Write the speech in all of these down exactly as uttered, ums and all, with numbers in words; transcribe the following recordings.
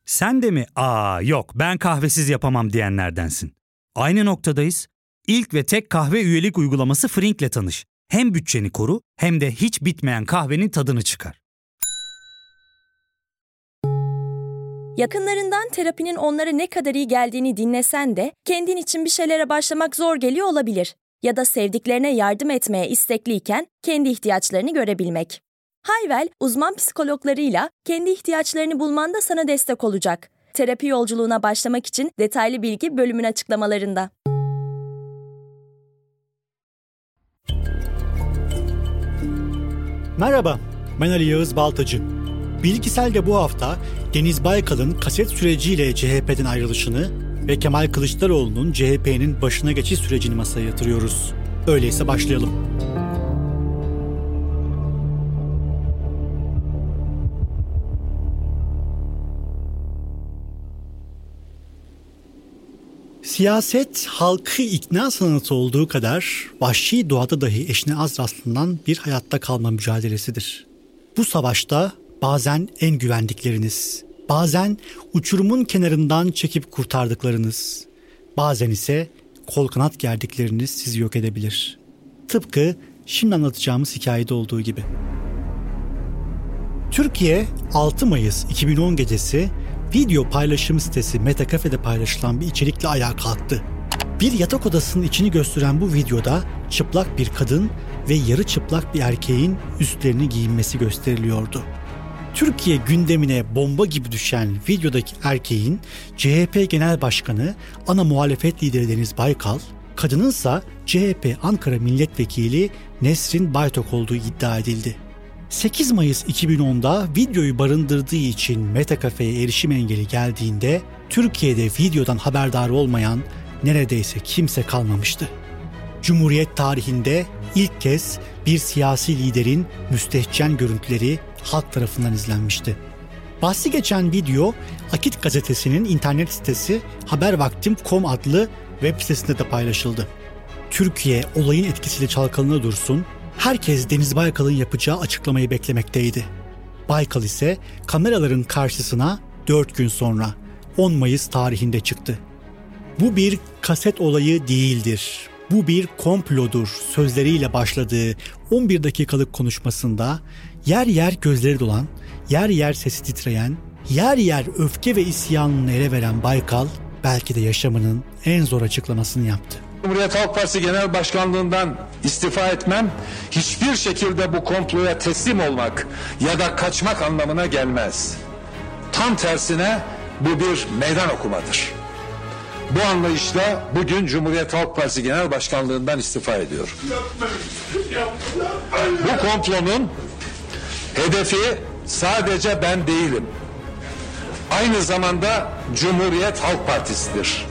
Sen de mi "Aa yok ben kahvesiz yapamam" diyenlerdensin? Aynı noktadayız. İlk ve tek kahve üyelik uygulaması Frink'le tanış. Hem bütçeni koru hem de hiç bitmeyen kahvenin tadını çıkar. Yakınlarından terapinin onlara ne kadar iyi geldiğini dinlesen de kendin için bir şeylere başlamak zor geliyor olabilir. Ya da sevdiklerine yardım etmeye istekliyken kendi ihtiyaçlarını görebilmek. Hayvel, uzman psikologlarıyla kendi ihtiyaçlarını bulmanda sana destek olacak. Terapi yolculuğuna başlamak için detaylı bilgi bölümün açıklamalarında. Merhaba, ben Ali Yağız Baltacı. Bilgisel'de bu hafta Deniz Baykal'ın kaset süreciyle C H P'den ayrılışını ve Kemal Kılıçdaroğlu'nun C H P'nin başına geçiş sürecini masaya yatırıyoruz. Öyleyse başlayalım. Siyaset, halkı ikna sanatı olduğu kadar vahşi doğada dahi eşine az rastlanan bir hayatta kalma mücadelesidir. Bu savaşta bazen en güvendikleriniz, bazen uçurumun kenarından çekip kurtardıklarınız, bazen ise kol kanat gerdikleriniz sizi yok edebilir. Tıpkı şimdi anlatacağımız hikayede olduğu gibi. Türkiye altı Mayıs iki bin on gecesi video paylaşım sitesi Metacafe'de paylaşılan bir içerikle ayağa kalktı. Bir yatak odasının içini gösteren bu videoda çıplak bir kadın ve yarı çıplak bir erkeğin üstlerini giyinmesi gösteriliyordu. Türkiye gündemine bomba gibi düşen videodaki erkeğin C H P Genel Başkanı, ana muhalefet lideri Deniz Baykal, kadınınsa C H P Ankara Milletvekili Nesrin Baytok olduğu iddia edildi. sekiz Mayıs iki bin onda videoyu barındırdığı için Metacafe'ye erişim engeli geldiğinde Türkiye'de videodan haberdar olmayan neredeyse kimse kalmamıştı. Cumhuriyet tarihinde ilk kez bir siyasi liderin müstehcen görüntüleri halk tarafından izlenmişti. Bahsi geçen video Akit gazetesinin internet sitesi habervaktim nokta com adlı web sitesinde de paylaşıldı. Türkiye olayın etkisiyle çalkalanır dursun, herkes Deniz Baykal'ın yapacağı açıklamayı beklemekteydi. Baykal ise kameraların karşısına dört gün sonra on Mayıs tarihinde çıktı. Bu bir kaset olayı değildir, bu bir komplodur sözleriyle başladığı on bir dakikalık konuşmasında yer yer gözleri dolan, yer yer sesi titreyen, yer yer öfke ve isyanını ele veren Baykal belki de yaşamının en zor açıklamasını yaptı. Cumhuriyet Halk Partisi Genel Başkanlığından istifa etmem hiçbir şekilde bu komploya teslim olmak ya da kaçmak anlamına gelmez. Tam tersine bu bir meydan okumadır. Bu anlayışla bugün Cumhuriyet Halk Partisi Genel Başkanlığından istifa ediyorum. Bu komplonun hedefi sadece ben değilim. Aynı zamanda Cumhuriyet Halk Partisi'dir.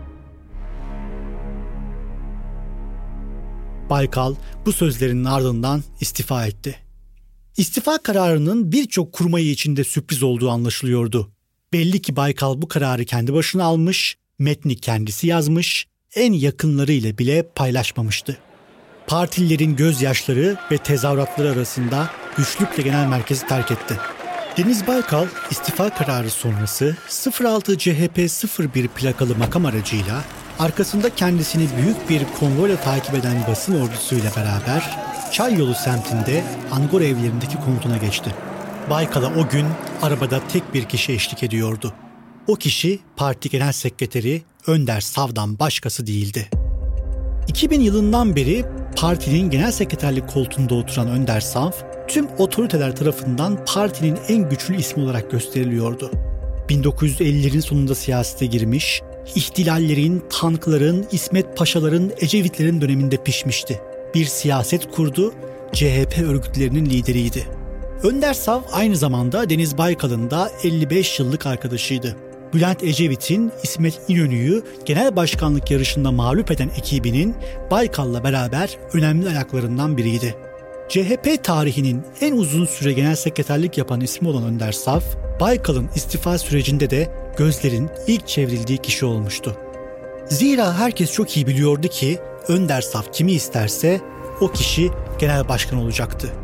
Baykal bu sözlerinin ardından istifa etti. İstifa kararının birçok kurmayı içinde sürpriz olduğu anlaşılıyordu. Belli ki Baykal bu kararı kendi başına almış, metni kendisi yazmış, en yakınlarıyla bile paylaşmamıştı. Partililerin gözyaşları ve tezahüratları arasında güçlükle genel merkezi terk etti. Deniz Baykal istifa kararı sonrası sıfır altı C H P sıfır bir plakalı makam aracıyla arkasında kendisini büyük bir konvoyla takip eden basın ordusuyla beraber Çayyolu semtinde Angora evlerindeki komutuna geçti. Baykal'a o gün arabada tek bir kişi eşlik ediyordu. O kişi parti genel sekreteri Önder Sav'dan başkası değildi. iki bin yılından beri partinin genel sekreterlik koltuğunda oturan Önder Sav, tüm otoriteler tarafından partinin en güçlü ismi olarak gösteriliyordu. bin dokuz yüz ellilerin sonunda siyasete girmiş, ihtilallerin, tankların, İsmet Paşaların, Ecevitlerin döneminde pişmişti. Bir siyaset kurdu, C H P örgütlerinin lideriydi. Önder Sav aynı zamanda Deniz Baykal'ın da elli beş yıllık arkadaşıydı. Bülent Ecevit'in İsmet İnönü'yü genel başkanlık yarışında mağlup eden ekibinin Baykal'la beraber önemli ayaklarından biriydi. C H P tarihinin en uzun süre genel sekreterlik yapan ismi olan Önder Sav, Baykal'ın istifa sürecinde de gözlerin ilk çevrildiği kişi olmuştu. Zira herkes çok iyi biliyordu ki Önder Sav kimi isterse o kişi genel başkan olacaktı.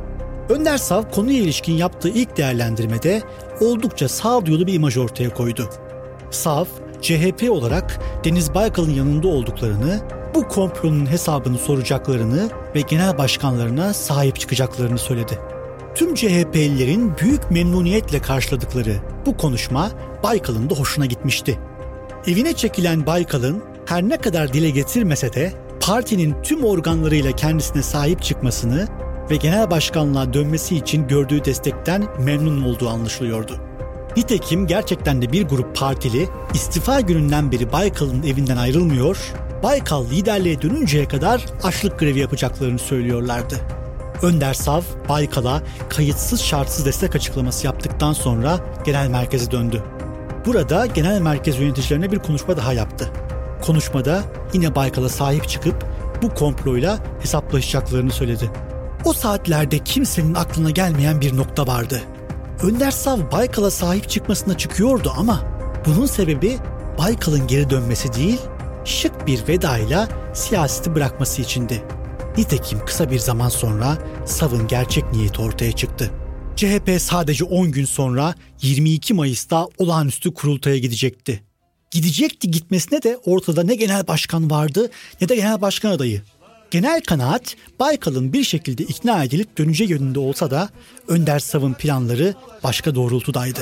Önder Sav konuya ilişkin yaptığı ilk değerlendirmede oldukça sağduyulu bir imaj ortaya koydu. Sav, C H P olarak Deniz Baykal'ın yanında olduklarını, bu komplonun hesabını soracaklarını ve genel başkanlarına sahip çıkacaklarını söyledi. Tüm C H P'lilerin büyük memnuniyetle karşıladıkları bu konuşma Baykal'ın da hoşuna gitmişti. Evine çekilen Baykal'ın her ne kadar dile getirmese de partinin tüm organlarıyla kendisine sahip çıkmasını ve genel başkanlığa dönmesi için gördüğü destekten memnun olduğu anlaşılıyordu. Nitekim gerçekten de bir grup partili istifa gününden beri Baykal'ın evinden ayrılmıyor, Baykal liderliğe dönünceye kadar açlık grevi yapacaklarını söylüyorlardı. Önder Sav, Baykal'a kayıtsız şartsız destek açıklaması yaptıktan sonra genel merkeze döndü. Burada genel merkez yöneticilerine bir konuşma daha yaptı. Konuşmada yine Baykal'a sahip çıkıp bu komployla hesaplaşacaklarını söyledi. O saatlerde kimsenin aklına gelmeyen bir nokta vardı. Önder Sav Baykal'a sahip çıkmasına çıkıyordu ama bunun sebebi Baykal'ın geri dönmesi değil, şık bir vedayla siyaseti bırakması içindi. Nitekim kısa bir zaman sonra Sav'ın gerçek niyeti ortaya çıktı. C H P sadece on gün sonra yirmi iki Mayıs'ta olağanüstü kurultaya gidecekti. Gidecekti gitmesine de ortada ne genel başkan vardı ne de genel başkan adayı. Genel kanaat Baykal'ın bir şekilde ikna edilip döneceği yönünde olsa da Önder Sav'ın planları başka doğrultudaydı.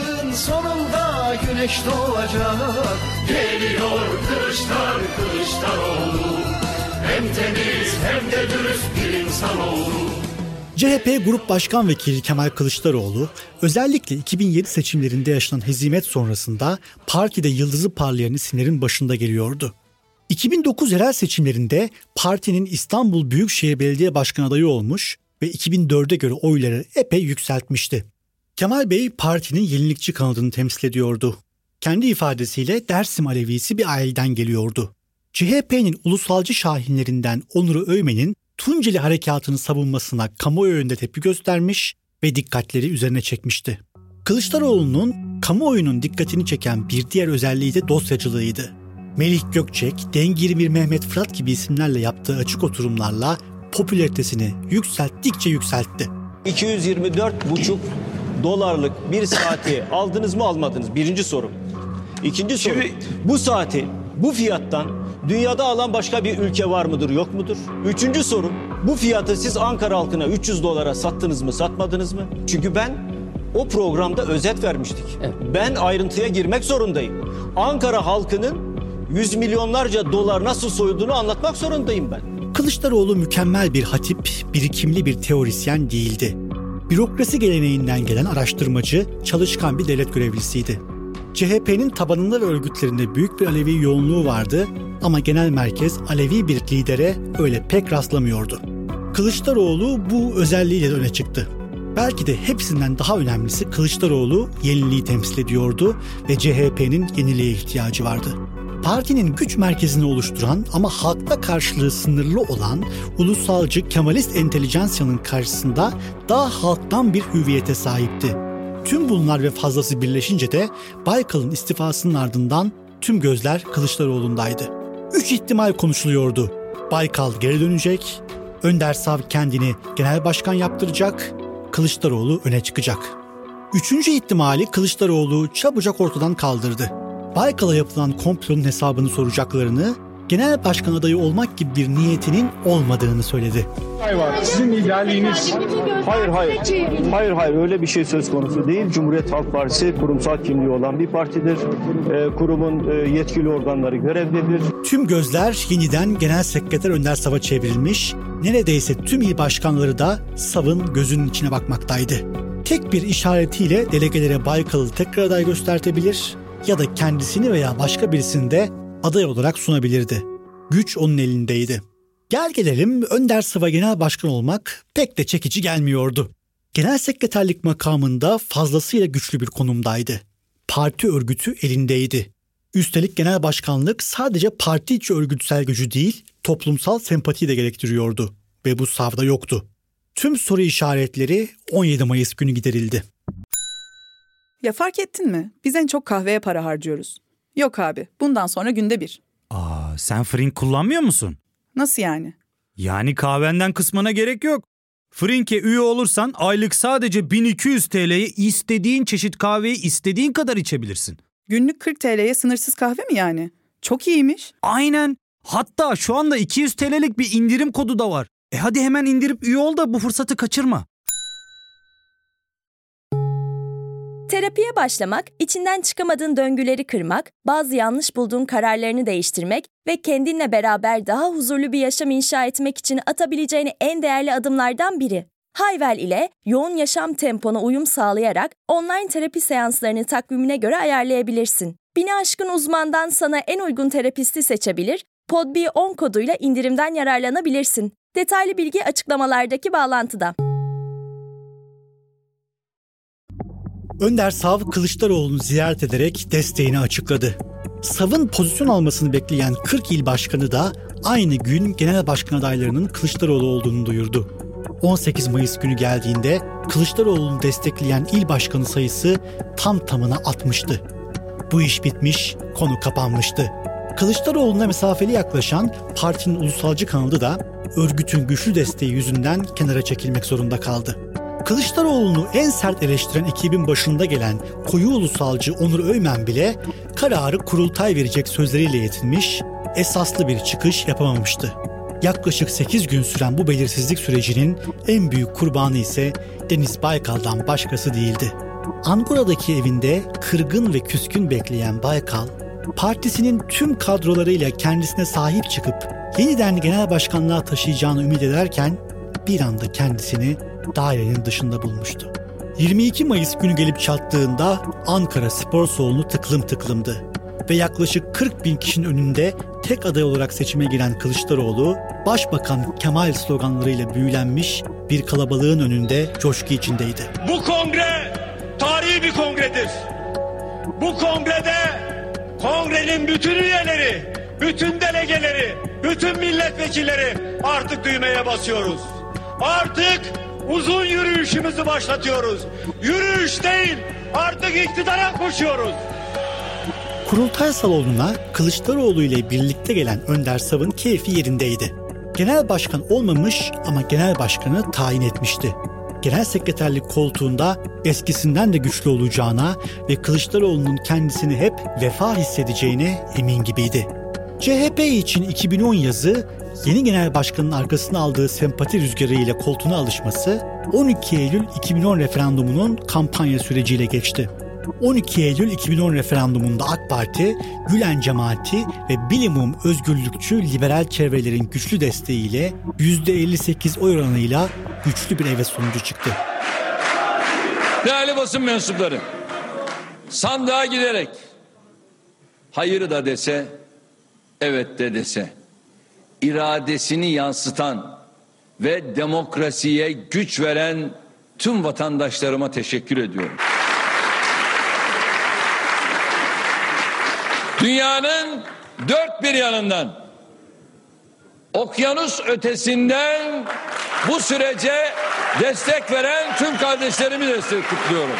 Sonunda güneş doğacak, geliyor Kılıçlar Kılıçdaroğlu, hem temiz hem de dürüst bir insanoğlu. C H P Grup Başkan Vekili Kemal Kılıçdaroğlu özellikle iki bin yedi seçimlerinde yaşanan hezimet sonrasında partide yıldızı parlayan isimlerin başında geliyordu. iki bin dokuz yerel seçimlerinde partinin İstanbul Büyükşehir Belediye Başkanı adayı olmuş ve iki bin dörde göre oyları epey yükseltmişti. Kemal Bey partinin yenilikçi kanadını temsil ediyordu. Kendi ifadesiyle Dersim Alevisi bir aileden geliyordu. C H P'nin ulusalcı şahinlerinden Onur Öymen'in Tunceli Harekatı'nı savunmasına kamuoyu önünde tepki göstermiş ve dikkatleri üzerine çekmişti. Kılıçdaroğlu'nun kamuoyunun dikkatini çeken bir diğer özelliği de dosyacılığıydı. Melih Gökçek, Dengirmir Mehmet Fırat gibi isimlerle yaptığı açık oturumlarla popülaritesini yükselttikçe yükseltti. iki yüz yirmi dört buçuk dolarlık bir saati aldınız mı almadınız? Birinci soru. İkinci soru. Şimdi, bu saati bu fiyattan dünyada alan başka bir ülke var mıdır yok mudur? Üçüncü soru. Bu fiyatı siz Ankara halkına üç yüz dolara sattınız mı satmadınız mı? Çünkü ben o programda özet vermiştik. Evet. Ben ayrıntıya girmek zorundayım. Ankara halkının yüz milyonlarca dolar nasıl soyulduğunu anlatmak zorundayım ben. Kılıçdaroğlu mükemmel bir hatip, birikimli bir teorisyen değildi. Bürokrasi geleneğinden gelen araştırmacı, çalışkan bir devlet görevlisiydi. C H P'nin tabanında ve örgütlerinde büyük bir Alevi yoğunluğu vardı ama genel merkez Alevi bir lidere öyle pek rastlamıyordu. Kılıçdaroğlu bu özelliğiyle de öne çıktı. Belki de hepsinden daha önemlisi Kılıçdaroğlu yeniliği temsil ediyordu ve C H P'nin yeniliğe ihtiyacı vardı. Partinin güç merkezini oluşturan ama halkta karşılığı sınırlı olan ulusalcı Kemalist entelijansiyanın karşısında daha halktan bir hüviyete sahipti. Tüm bunlar ve fazlası birleşince de Baykal'ın istifasının ardından tüm gözler Kılıçdaroğlu'ndaydı. Üç ihtimal konuşuluyordu. Baykal geri dönecek, Önder Sav kendini genel başkan yaptıracak, Kılıçdaroğlu öne çıkacak. Üçüncü ihtimali Kılıçdaroğlu çabucak ortadan kaldırdı. Baykal'a yapılan komplonun hesabını soracaklarını, genel başkan adayı olmak gibi bir niyetinin olmadığını söyledi. Sizin liderliğiniz... Hayır hayır. Hayır hayır öyle bir şey söz konusu değil. Cumhuriyet Halk Partisi kurumsal kimliği olan bir partidir. E, kurumun e, yetkili organları görevlidir. Tüm gözler yeniden Genel Sekreter Önder Sav'a çevrilmiş, neredeyse tüm il başkanları da Sav'ın gözünün içine bakmaktaydı. Tek bir işaretiyle delegelere Baykal'ı tekrar aday göstertebilir ya da kendisini veya başka birisini de aday olarak sunabilirdi. Güç onun elindeydi. Gel gelelim Önder Sav'a genel başkan olmak pek de çekici gelmiyordu. Genel sekreterlik makamında fazlasıyla güçlü bir konumdaydı. Parti örgütü elindeydi. Üstelik genel başkanlık sadece parti içi örgütsel gücü değil, toplumsal sempatiyi de gerektiriyordu. Ve bu Sav'da yoktu. Tüm soru işaretleri on yedi Mayıs günü giderildi. Ya fark ettin mi? Biz en çok kahveye para harcıyoruz. Yok abi, bundan sonra günde bir. Aa, sen Frink kullanmıyor musun? Nasıl yani? Yani kahvenden kısmına gerek yok. Frink'e üye olursan aylık sadece bin iki yüz T L'ye istediğin çeşit kahveyi istediğin kadar içebilirsin. Günlük kırk T L'ye sınırsız kahve mi yani? Çok iyiymiş. Aynen. Hatta şu anda iki yüz T L'lik bir indirim kodu da var. E hadi hemen indirip üye ol da bu fırsatı kaçırma. Terapiye başlamak, içinden çıkamadığın döngüleri kırmak, bazı yanlış bulduğun kararlarını değiştirmek ve kendinle beraber daha huzurlu bir yaşam inşa etmek için atabileceğin en değerli adımlardan biri. Hayvel ile yoğun yaşam tempona uyum sağlayarak online terapi seanslarını takvimine göre ayarlayabilirsin. Bini aşkın uzmandan sana en uygun terapisti seçebilir, Pod B on koduyla indirimden yararlanabilirsin. Detaylı bilgi açıklamalardaki bağlantıda. Önder Sav Kılıçdaroğlu'nu ziyaret ederek desteğini açıkladı. Sav'ın pozisyon almasını bekleyen kırk il başkanı da aynı gün genel başkan adaylarının Kılıçdaroğlu olduğunu duyurdu. on sekiz Mayıs günü geldiğinde Kılıçdaroğlu'nu destekleyen il başkanı sayısı tam tamına altmıştı. Bu iş bitmiş, konu kapanmıştı. Kılıçdaroğlu'na mesafeli yaklaşan partinin ulusalcı kanadı da örgütün güçlü desteği yüzünden kenara çekilmek zorunda kaldı. Kılıçdaroğlu'nu en sert eleştiren ekibin başında gelen koyu ulusalcı Onur Öymen bile kararı kurultay verecek sözleriyle yetinmiş, esaslı bir çıkış yapamamıştı. Yaklaşık sekiz gün süren bu belirsizlik sürecinin en büyük kurbanı ise Deniz Baykal'dan başkası değildi. Angora'daki evinde kırgın ve küskün bekleyen Baykal, partisinin tüm kadrolarıyla kendisine sahip çıkıp yeniden genel başkanlığa taşıyacağını ümit ederken bir anda kendisini dairenin dışında bulmuştu. yirmi iki Mayıs günü gelip çattığında Ankara spor salonu tıklım tıklımdı ve yaklaşık kırk bin kişinin önünde tek aday olarak seçime giren Kılıçdaroğlu, Başbakan Kemal sloganlarıyla büyülenmiş bir kalabalığın önünde coşku içindeydi. Bu kongre tarihi bir kongredir. Bu kongrede kongrenin bütün üyeleri, bütün delegeleri, bütün milletvekilleri artık düğmeye basıyoruz. Artık uzun yürüyüşümüzü başlatıyoruz. Yürüyüş değil, artık iktidara koşuyoruz. Kurultay salonuna Kılıçdaroğlu ile birlikte gelen Önder Sav'ın keyfi yerindeydi. Genel başkan olmamış ama genel başkanı tayin etmişti. Genel sekreterlik koltuğunda eskisinden de güçlü olacağına ve Kılıçdaroğlu'nun kendisini hep vefa hissedeceğine emin gibiydi. C H P için iki bin on yazı yeni genel başkanın arkasına aldığı sempati rüzgarı ile koltuğuna alışması on iki Eylül iki bin on referandumunun kampanya süreciyle geçti. on iki Eylül iki bin on referandumunda AK Parti, Gülen cemaati ve bilimum özgürlükçü liberal çevrelerin güçlü desteğiyle yüzde elli sekiz oy oranıyla güçlü bir evet sonucu çıktı. Değerli basın mensupları, sandığa giderek hayır da dese, evet de dese, iradesini yansıtan ve demokrasiye güç veren tüm vatandaşlarıma teşekkür ediyorum. Dünyanın dört bir yanından, okyanus ötesinden bu sürece destek veren tüm kardeşlerimi destek kutluyorum.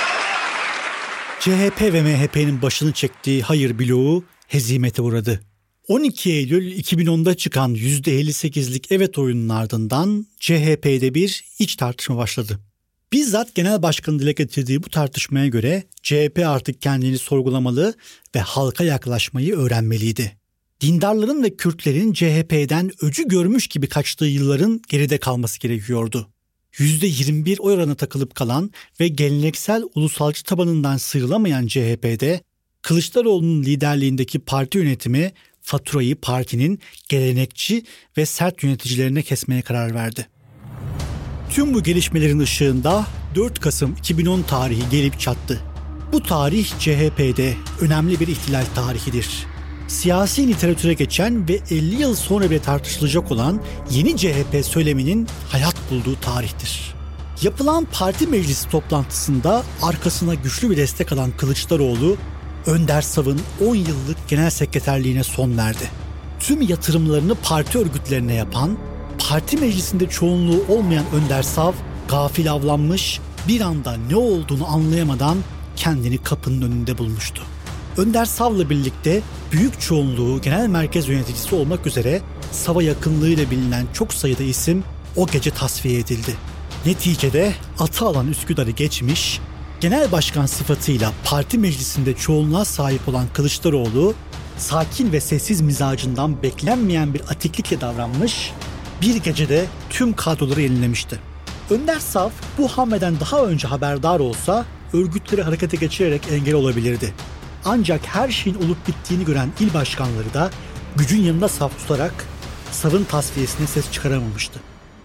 C H P ve M H P'nin başını çektiği hayır bloğu hezimete uğradı. on iki Eylül iki bin onda çıkan yüzde elli sekizlik evet oyunun ardından C H P'de bir iç tartışma başladı. Bizzat genel başkanın dile getirdiği bu tartışmaya göre C H P artık kendini sorgulamalı ve halka yaklaşmayı öğrenmeliydi. Dindarların ve Kürtlerin C H P'den öcü görmüş gibi kaçtığı yılların geride kalması gerekiyordu. yüzde yirmi bir oy oranına takılıp kalan ve geleneksel ulusalcı tabanından sıyrılamayan C H P'de Kılıçdaroğlu'nun liderliğindeki parti yönetimi faturayı partinin gelenekçi ve sert yöneticilerine kesmeye karar verdi. Tüm bu gelişmelerin ışığında dört Kasım iki bin on tarihi gelip çattı. Bu tarih C H P'de önemli bir ihtilal tarihidir. Siyasi literatüre geçen ve elli yıl sonra bile tartışılacak olan yeni C H P söyleminin hayat bulduğu tarihtir. Yapılan parti meclisi toplantısında arkasına güçlü bir destek alan Kılıçdaroğlu, Önder Sav'ın on yıllık genel sekreterliğine son verdi. Tüm yatırımlarını parti örgütlerine yapan, parti meclisinde çoğunluğu olmayan Önder Sav, gafil avlanmış, bir anda ne olduğunu anlayamadan kendini kapının önünde bulmuştu. Önder Sav'la birlikte büyük çoğunluğu genel merkez yöneticisi olmak üzere Sav'a yakınlığıyla bilinen çok sayıda isim o gece tasfiye edildi. Neticede atı alan Üsküdar'ı geçmiş, genel başkan sıfatıyla parti meclisinde çoğunluğa sahip olan Kılıçdaroğlu, sakin ve sessiz mizacından beklenmeyen bir atiklikle davranmış, bir gecede tüm kadroları yenilemişti. Önder Sav bu hamleden daha önce haberdar olsa örgütleri harekete geçirerek engel olabilirdi. Ancak her şeyin olup bittiğini gören il başkanları da gücün yanında saf tutarak Sav'ın tasfiyesine ses çıkaramamıştı.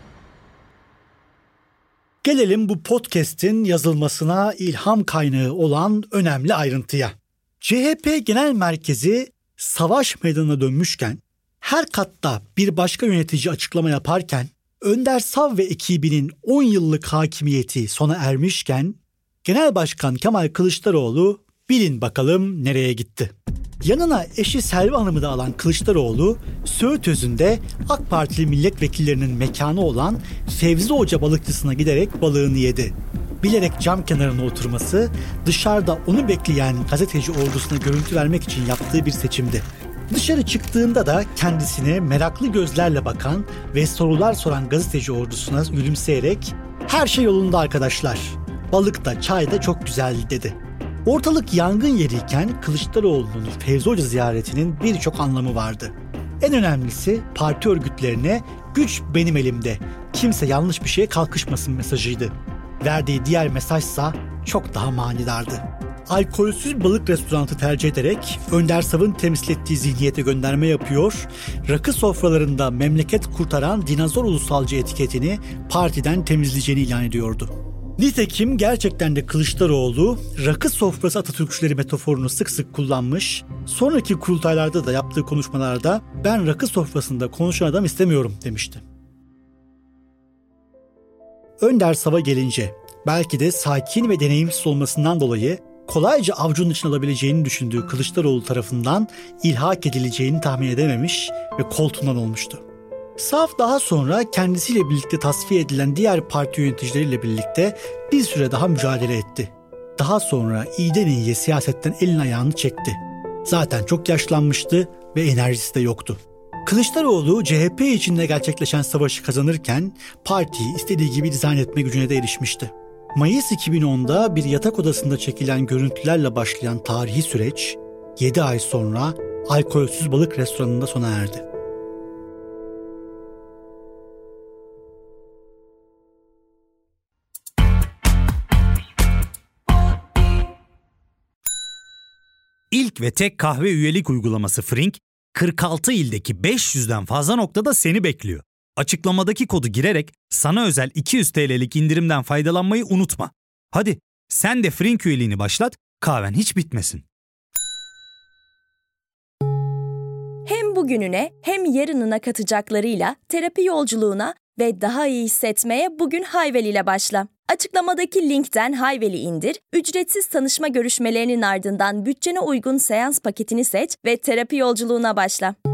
Gelelim bu podcast'in yazılmasına ilham kaynağı olan önemli ayrıntıya. C H P Genel Merkezi savaş meydanına dönmüşken, her katta bir başka yönetici açıklama yaparken, Önder Sav ve ekibinin on yıllık hakimiyeti sona ermişken, Genel Başkan Kemal Kılıçdaroğlu bilin bakalım nereye gitti. Yanına eşi Selvi Hanım'ı da alan Kılıçdaroğlu, Söğütözü'nde AK Partili milletvekillerinin mekanı olan Fevzi Hoca balıkçısına giderek balığını yedi. Bilerek cam kenarına oturması, dışarıda onu bekleyen gazeteci ordusuna görüntü vermek için yaptığı bir seçimdi. Dışarı çıktığında da kendisine meraklı gözlerle bakan ve sorular soran gazeteci ordusuna gülümseyerek "Her şey yolunda arkadaşlar, balık da çay da çok güzeldi" dedi. Ortalık yangın yeriyken Kılıçdaroğlu'nun Fevzi Hoca ziyaretinin birçok anlamı vardı. En önemlisi parti örgütlerine "Güç benim elimde, kimse yanlış bir şeye kalkışmasın" mesajıydı. Verdiği diğer mesajsa çok daha manidardı. Alkolsüz balık restoranı tercih ederek Önder Sav'ın temsil ettiği zihniyete gönderme yapıyor, rakı sofralarında memleket kurtaran dinozor ulusalcı etiketini partiden temizleyeceğini ilan ediyordu. Nitekim gerçekten de Kılıçdaroğlu rakı sofrası Atatürkçüleri metaforunu sık sık kullanmış, sonraki kurultaylarda da yaptığı konuşmalarda "Ben rakı sofrasında konuşan adam istemiyorum" demişti. Önder Sav'a gelince, belki de sakin ve deneyimsiz olmasından dolayı kolayca avucunun içine alabileceğini düşündüğü Kılıçdaroğlu tarafından ilhak edileceğini tahmin edememiş ve koltuğundan olmuştu. Sav daha sonra kendisiyle birlikte tasfiye edilen diğer parti yöneticileriyle birlikte bir süre daha mücadele etti. Daha sonra iyiden iyiye siyasetten elini ayağını çekti. Zaten çok yaşlanmıştı ve enerjisi de yoktu. Kılıçdaroğlu C H P içinde gerçekleşen savaşı kazanırken partiyi istediği gibi dizayn etme gücüne de erişmişti. Mayıs iki bin onda bir yatak odasında çekilen görüntülerle başlayan tarihi süreç yedi ay sonra alkolsüz balık restoranında sona erdi. İlk ve tek kahve üyelik uygulaması Frink, kırk altı ildeki beş yüzden fazla noktada seni bekliyor. Açıklamadaki kodu girerek sana özel iki yüz TL'lik indirimden faydalanmayı unutma. Hadi sen de Frink üyeliğini başlat, kahven hiç bitmesin. Hem bugününe hem yarınına katacaklarıyla terapi yolculuğuna ve daha iyi hissetmeye bugün Hayvel ile başla. Açıklamadaki linkten Hayvel'i indir, ücretsiz tanışma görüşmelerinin ardından bütçene uygun seans paketini seç ve terapi yolculuğuna başla.